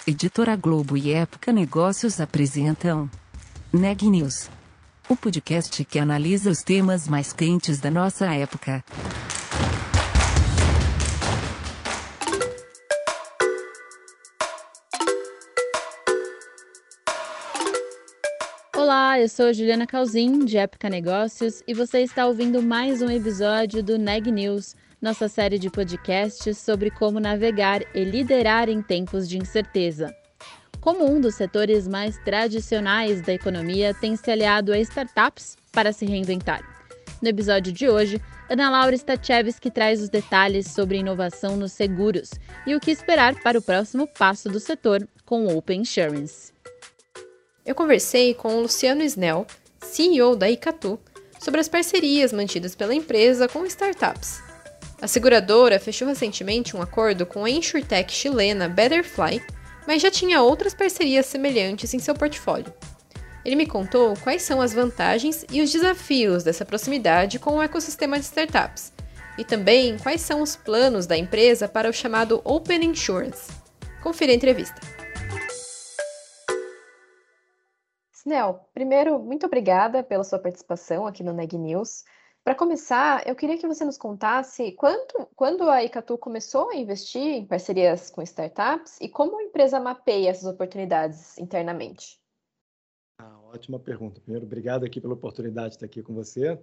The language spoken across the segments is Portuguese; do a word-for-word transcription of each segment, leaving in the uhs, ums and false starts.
Editora Globo e Época Negócios apresentam Neg News, o podcast que analisa os temas mais quentes da nossa época. Olá, eu sou Juliana Calzin, de Época Negócios, e você está ouvindo mais um episódio do Neg News, nossa série de podcasts sobre como navegar e liderar em tempos de incerteza. Como um dos setores mais tradicionais da economia tem se aliado a startups para se reinventar. No episódio de hoje, Ana Laura Stachewski traz os detalhes sobre inovação nos seguros e o que esperar para o próximo passo do setor com o Open Insurance. Eu conversei com o Luciano Snell, C E O da Icatu, sobre as parcerias mantidas pela empresa com startups. A seguradora fechou recentemente um acordo com a insurtech chilena Betterfly, mas já tinha outras parcerias semelhantes em seu portfólio. Ele me contou quais são as vantagens e os desafios dessa proximidade com o ecossistema de startups, e também quais são os planos da empresa para o chamado Open Insurance. Confira a entrevista. Snell, primeiro, muito obrigada pela sua participação aqui no Neg News. Para começar, eu queria que você nos contasse quanto, quando a Icatu começou a investir em parcerias com startups e como a empresa mapeia essas oportunidades internamente. Ah, ótima pergunta. Primeiro, obrigado aqui pela oportunidade de estar aqui com você.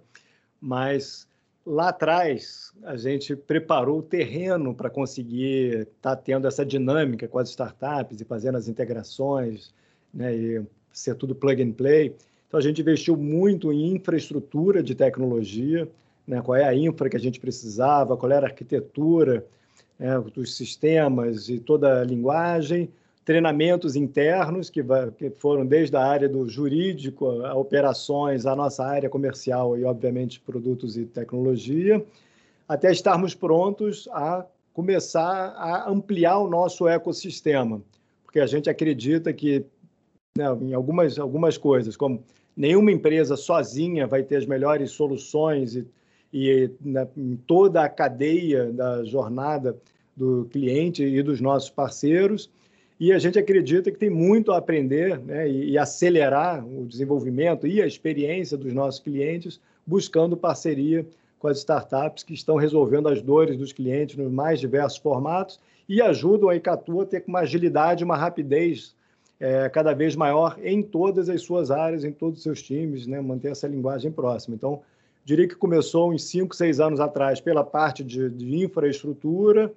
Mas lá atrás, a gente preparou o terreno para conseguir estar tendo essa dinâmica com as startups e fazendo as integrações, né, e ser tudo plug and play. Então, a gente investiu muito em infraestrutura de tecnologia, né? Qual é a infra que a gente precisava, qual era a arquitetura, né, dos sistemas e toda a linguagem, treinamentos internos, que, vai, que foram desde a área do jurídico, a operações, a nossa área comercial e, obviamente, produtos e tecnologia, até estarmos prontos a começar a ampliar o nosso ecossistema, porque a gente acredita que, né, em algumas, algumas coisas, como nenhuma empresa sozinha vai ter as melhores soluções e, e na, em toda a cadeia da jornada do cliente e dos nossos parceiros, e a gente acredita que tem muito a aprender, né, e, e acelerar o desenvolvimento e a experiência dos nossos clientes, buscando parceria com as startups que estão resolvendo as dores dos clientes nos mais diversos formatos e ajudam a Icatu a ter uma agilidade, uma rapidez É, cada vez maior em todas as suas áreas, em todos os seus times, né? Manter essa linguagem próxima. Então, diria que começou uns cinco, seis anos atrás pela parte de, de infraestrutura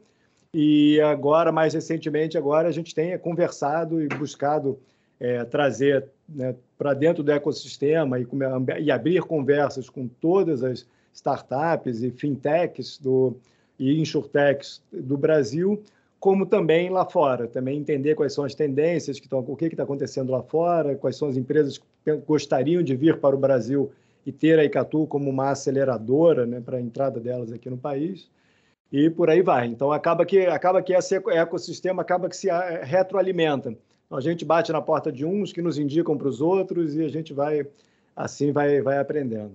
e agora, mais recentemente, agora a gente tem conversado e buscado é, trazer, né, para dentro do ecossistema e, e abrir conversas com todas as startups e fintechs do, e insurtechs do Brasil, como também lá fora, também entender quais são as tendências, que estão, o que está acontecendo lá fora, quais são as empresas que gostariam de vir para o Brasil e ter a Icatu como uma aceleradora, né, para a entrada delas aqui no país, e por aí vai. Então, acaba que, acaba que esse ecossistema acaba que se retroalimenta. Então, a gente bate na porta de uns que nos indicam para os outros e a gente vai, assim, vai, vai aprendendo.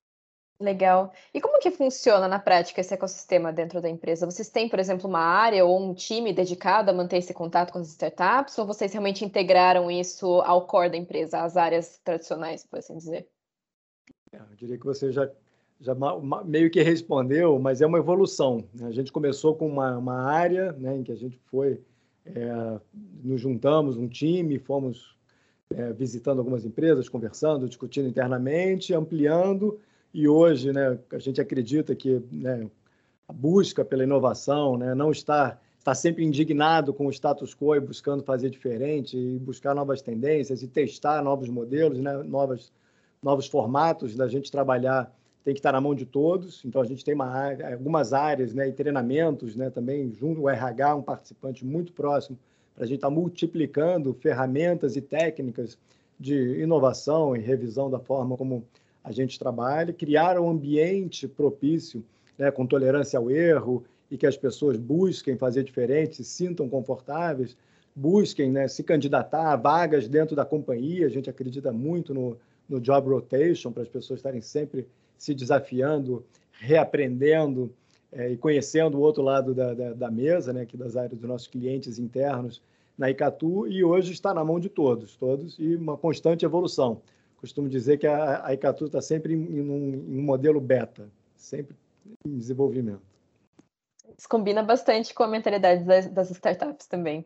Legal. E como que funciona na prática esse ecossistema dentro da empresa? Vocês têm, por exemplo, uma área ou um time dedicado a manter esse contato com as startups, ou vocês realmente integraram isso ao core da empresa, às áreas tradicionais, por assim dizer? É, eu diria que você já, já meio que respondeu, mas é uma evolução, né? A gente começou com uma, uma área, né, em que a gente foi, é, nos juntamos, um time, fomos é, visitando algumas empresas, conversando, discutindo internamente, ampliando. E hoje, né, a gente acredita que, né, a busca pela inovação, né, não estar, estar sempre indignado com o status quo e buscando fazer diferente, e buscar novas tendências e testar novos modelos, né, novas, novos formatos da gente trabalhar, tem que estar na mão de todos. Então, a gente tem uma área, algumas áreas, né, e treinamentos, né, também, junto ao R H, um participante muito próximo, para a gente estar multiplicando ferramentas e técnicas de inovação e revisão da forma como a gente trabalha, criar um ambiente propício, né, com tolerância ao erro e que as pessoas busquem fazer diferente, se sintam confortáveis, busquem, né, se candidatar a vagas dentro da companhia. A gente acredita muito no, no job rotation, para as pessoas estarem sempre se desafiando, reaprendendo é, e conhecendo o outro lado da, da, da mesa, né, que das áreas dos nossos clientes internos, na Icatu e hoje está na mão de todos, todos, e uma constante evolução. Costumo dizer que a, a Icatu está sempre em, em, um, em um modelo beta, sempre em desenvolvimento. Isso combina bastante com a mentalidade das, das startups também.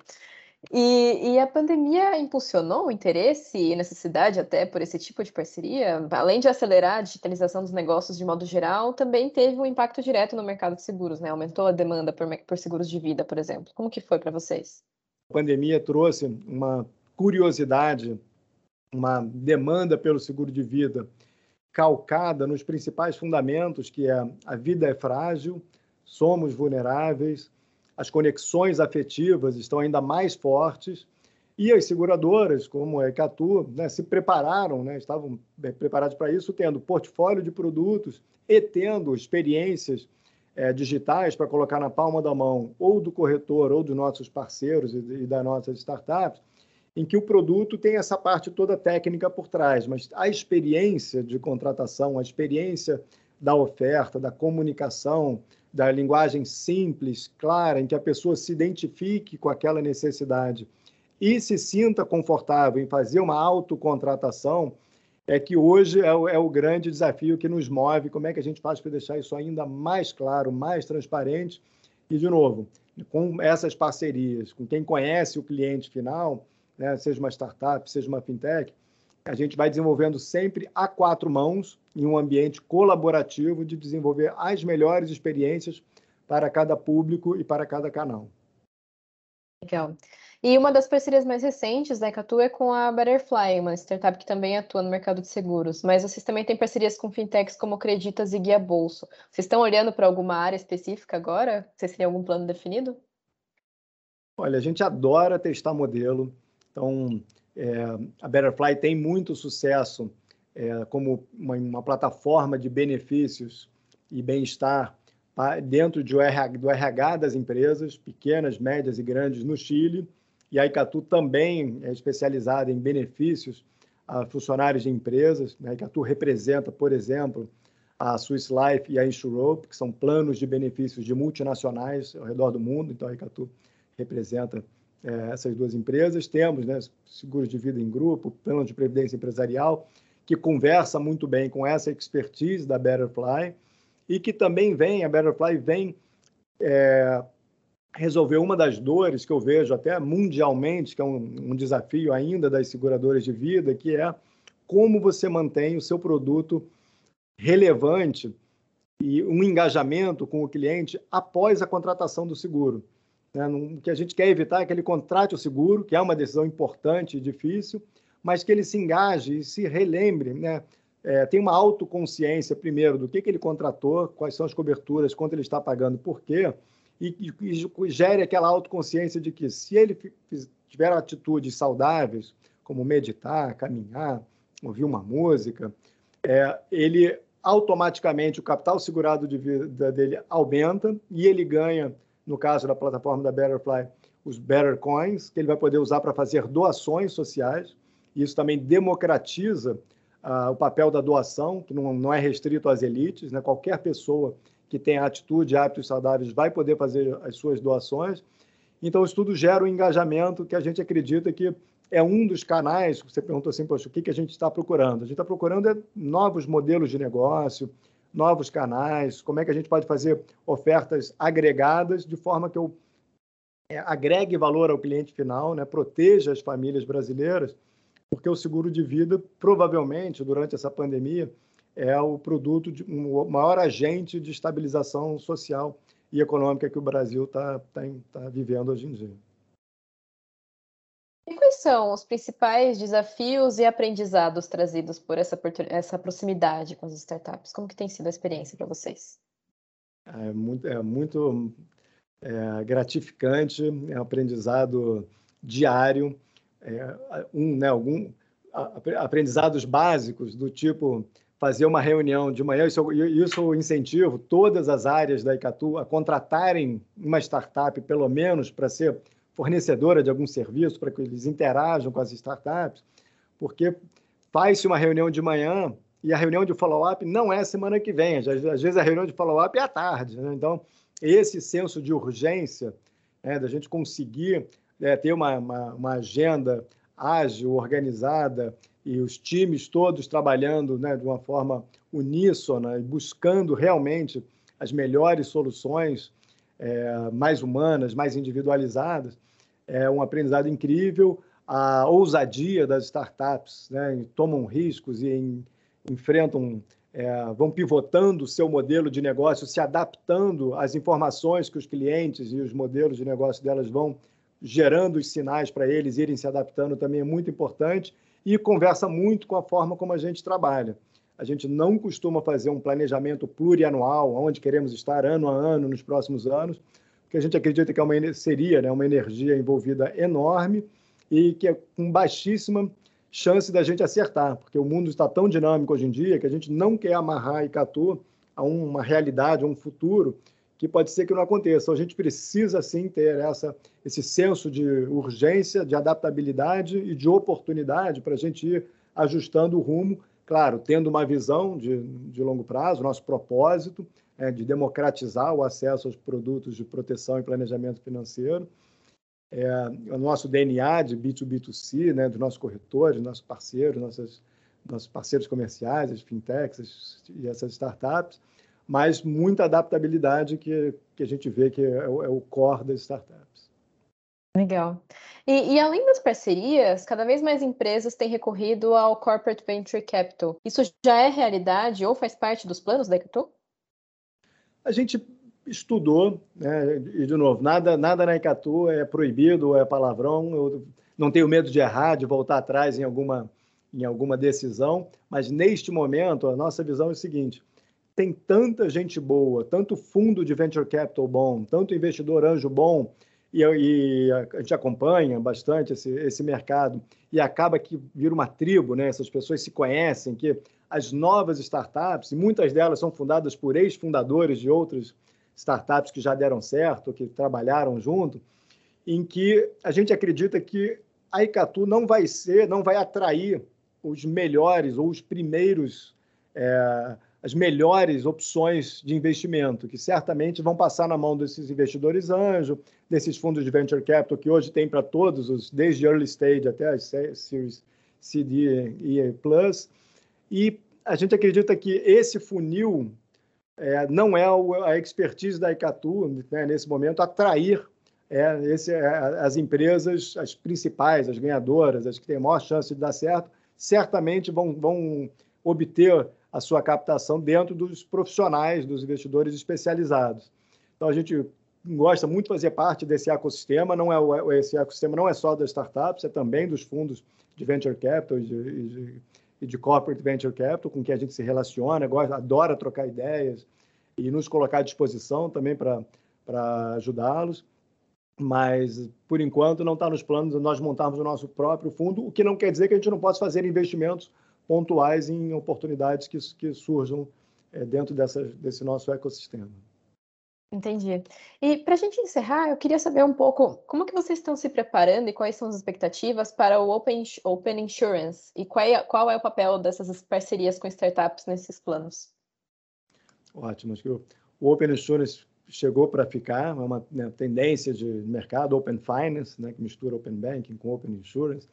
E, e a pandemia impulsionou o interesse e necessidade até por esse tipo de parceria? Além de acelerar a digitalização dos negócios de modo geral, também teve um impacto direto no mercado de seguros, né? Aumentou a demanda por, por seguros de vida, por exemplo. Como que foi para vocês? A pandemia trouxe uma curiosidade, uma demanda pelo seguro de vida calcada nos principais fundamentos, que é a vida é frágil, somos vulneráveis, as conexões afetivas estão ainda mais fortes e as seguradoras, como a Icatu, né, se prepararam, né, estavam preparados para isso, tendo portfólio de produtos e tendo experiências é, digitais para colocar na palma da mão ou do corretor ou dos nossos parceiros e, e das nossas startups, em que o produto tem essa parte toda técnica por trás, mas a experiência de contratação, a experiência da oferta, da comunicação, da linguagem simples, clara, em que a pessoa se identifique com aquela necessidade e se sinta confortável em fazer uma autocontratação, é que hoje é o, é o grande desafio que nos move. Como é que a gente faz para deixar isso ainda mais claro, mais transparente? E, de novo, com essas parcerias, com quem conhece o cliente final, né, seja uma startup, seja uma fintech, a gente vai desenvolvendo sempre a quatro mãos, em um ambiente colaborativo de desenvolver as melhores experiências para cada público e para cada canal. Legal. E uma das parcerias mais recentes da Icatu é com a Betterfly, uma startup que também atua no mercado de seguros. Mas vocês também têm parcerias com fintechs como Creditas e Guia Bolso. Vocês estão olhando para alguma área específica agora? Vocês têm algum plano definido? Olha, a gente adora testar modelo. Então, é, a Betterfly tem muito sucesso é, como uma, uma plataforma de benefícios e bem-estar dentro de, do R H das empresas, pequenas, médias e grandes, no Chile. E a Icatu também é especializada em benefícios a funcionários de empresas. A Icatu representa, por exemplo, a Swiss Life e a Insurope, que são planos de benefícios de multinacionais ao redor do mundo. Então, a Icatu representa é, essas duas empresas. Temos, né, seguros de vida em grupo, plano de previdência empresarial, que conversa muito bem com essa expertise da Betterfly e que também vem, a Betterfly vem é, resolver uma das dores que eu vejo até mundialmente, que é um, um desafio ainda das seguradoras de vida, que é como você mantém o seu produto relevante e um engajamento com o cliente após a contratação do seguro. Né? O que a gente quer evitar é que ele contrate o seguro, que é uma decisão importante e difícil, mas que ele se engaje e se relembre, né? É, tem uma autoconsciência, primeiro, do que, que ele contratou, quais são as coberturas, quanto ele está pagando, por quê, e, e, e gere aquela autoconsciência de que, se ele tiver atitudes saudáveis, como meditar, caminhar, ouvir uma música, é, ele automaticamente, o capital segurado de vida dele aumenta e ele ganha, no caso da plataforma da Betterfly, os Better Coins, que ele vai poder usar para fazer doações sociais. Isso também democratiza uh, o papel da doação, que não, não é restrito às elites, né? Qualquer pessoa que tenha atitude e hábitos saudáveis vai poder fazer as suas doações. Então, isso tudo gera um engajamento que a gente acredita que é um dos canais. Você perguntou assim, poxa, o que, que a gente está procurando? A gente está procurando é novos modelos de negócio, novos canais, como é que a gente pode fazer ofertas agregadas de forma que eu é, agregue valor ao cliente final, né? Proteja as famílias brasileiras, porque o seguro de vida, provavelmente, durante essa pandemia, é o produto de um maior agente de estabilização social e econômica que o Brasil está tá, tá vivendo hoje em dia. E quais são os principais desafios e aprendizados trazidos por essa, essa proximidade com as startups? Como que tem sido a experiência para vocês? É muito, é muito é, gratificante, é um aprendizado diário. É, um, né, algum, aprendizados básicos do tipo fazer uma reunião de manhã, isso, isso eu incentivo todas as áreas da Icatu a contratarem uma startup, pelo menos, para ser fornecedora de algum serviço, para que eles interajam com as startups, porque faz-se uma reunião de manhã e a reunião de follow-up não é semana que vem, às vezes a reunião de follow-up é à tarde. Né? Então, esse senso de urgência, né, da gente conseguir é, ter uma, uma, uma agenda ágil, organizada, e os times todos trabalhando, né, de uma forma uníssona e buscando realmente as melhores soluções, é, mais humanas, mais individualizadas, é um aprendizado incrível. A ousadia das startups, né, tomam riscos e em, enfrentam, é, vão pivotando o seu modelo de negócio, se adaptando às informações que os clientes e os modelos de negócio delas vão gerando os sinais para eles irem se adaptando, também é muito importante, e conversa muito com a forma como a gente trabalha. A gente não costuma fazer um planejamento plurianual, onde queremos estar ano a ano nos próximos anos, porque a gente acredita que é uma, seria, né, uma energia envolvida enorme e que é com baixíssima chance da gente acertar, porque o mundo está tão dinâmico hoje em dia que a gente não quer amarrar a Icatu a uma realidade, a um futuro que pode ser que não aconteça. Então, a gente precisa, sim, ter essa, esse senso de urgência, de adaptabilidade e de oportunidade para a gente ir ajustando o rumo, claro, tendo uma visão de, de longo prazo, nosso propósito é de democratizar o acesso aos produtos de proteção e planejamento financeiro, é, o nosso D N A de B dois B dois C, né, dos nossos corretores, nossos parceiros, nossos, nossos parceiros comerciais, as fintechs e essas startups, mas muita adaptabilidade que, que a gente vê que é o, é o core das startups. Legal. E, e além das parcerias, cada vez mais empresas têm recorrido ao Corporate Venture Capital. Isso já é realidade ou faz parte dos planos da Icatu? A gente estudou, né, e, de novo, nada, nada na Icatu é proibido, é palavrão, eu não tenho medo de errar, de voltar atrás em alguma, em alguma decisão, mas neste momento a nossa visão é o seguinte: tem tanta gente boa, tanto fundo de venture capital bom, tanto investidor anjo bom, e, e a gente acompanha bastante esse, esse mercado, e acaba que vira uma tribo, né? Essas pessoas se conhecem, que as novas startups, e muitas delas são fundadas por ex-fundadores de outras startups que já deram certo, que trabalharam junto, em que a gente acredita que a Icatu não vai ser, não vai atrair os melhores ou os primeiros... É, as melhores opções de investimento, que certamente vão passar na mão desses investidores anjo, desses fundos de venture capital que hoje tem para todos, os, desde early stage até as Series C D e Plus. E a gente acredita que esse funil é, não é a expertise da Icatu, né, nesse momento, atrair é, esse, é, as empresas, as principais, as ganhadoras, as que têm a maior chance de dar certo, certamente vão, vão obter a sua captação dentro dos profissionais, dos investidores especializados. Então, a gente gosta muito de fazer parte desse ecossistema. Não é, esse ecossistema não é só das startups, é também dos fundos de venture capital e de, e de, e de corporate venture capital, com quem a gente se relaciona, gosta, adora trocar ideias e nos colocar à disposição também para ajudá-los. Mas, por enquanto, não está nos planos de nós montarmos o nosso próprio fundo, o que não quer dizer que a gente não possa fazer investimentos pontuais em oportunidades que, que surjam é, dentro dessa, desse nosso ecossistema. Entendi. E para a gente encerrar, eu queria saber um pouco como que vocês estão se preparando e quais são as expectativas para o Open, Open Insurance e qual é, qual é o papel dessas parcerias com startups nesses planos? Ótimo. Acho que o Open Insurance chegou para ficar, é uma, né, tendência de mercado, Open Finance, né, que mistura Open Banking com Open Insurance.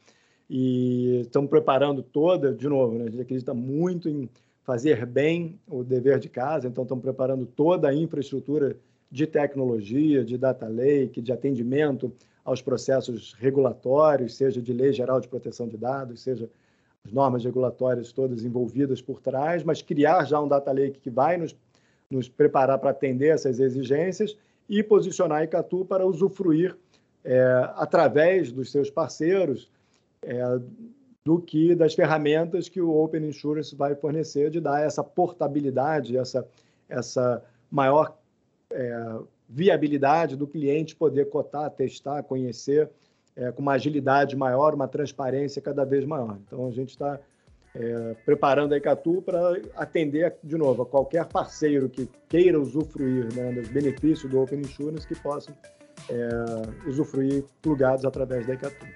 E estamos preparando toda, de novo, né, a gente acredita muito em fazer bem o dever de casa, então estamos preparando toda a infraestrutura de tecnologia, de data lake, de atendimento aos processos regulatórios, seja de lei geral de proteção de dados, seja as normas regulatórias todas envolvidas por trás, mas criar já um data lake que vai nos, nos preparar para atender essas exigências e posicionar a Icatu para usufruir, é, através dos seus parceiros, É, do que das ferramentas que o Open Insurance vai fornecer, de dar essa portabilidade, essa, essa maior é, viabilidade do cliente poder cotar, testar, conhecer, é, com uma agilidade maior, uma transparência cada vez maior. Então, a gente está é, preparando a Icatu para atender, de novo, a qualquer parceiro que queira usufruir, né, dos benefícios do Open Insurance, que possam é, usufruir plugados através da Icatu.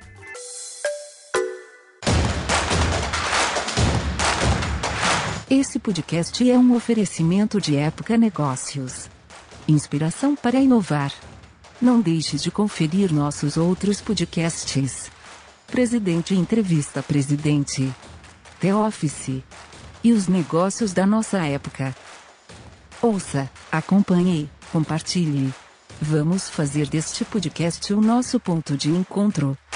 Esse podcast é um oferecimento de Época Negócios. Inspiração para inovar. Não deixe de conferir nossos outros podcasts. Presidente Entrevista Presidente, The Office e os negócios da nossa época. Ouça, acompanhe, compartilhe. Vamos fazer deste podcast o nosso ponto de encontro.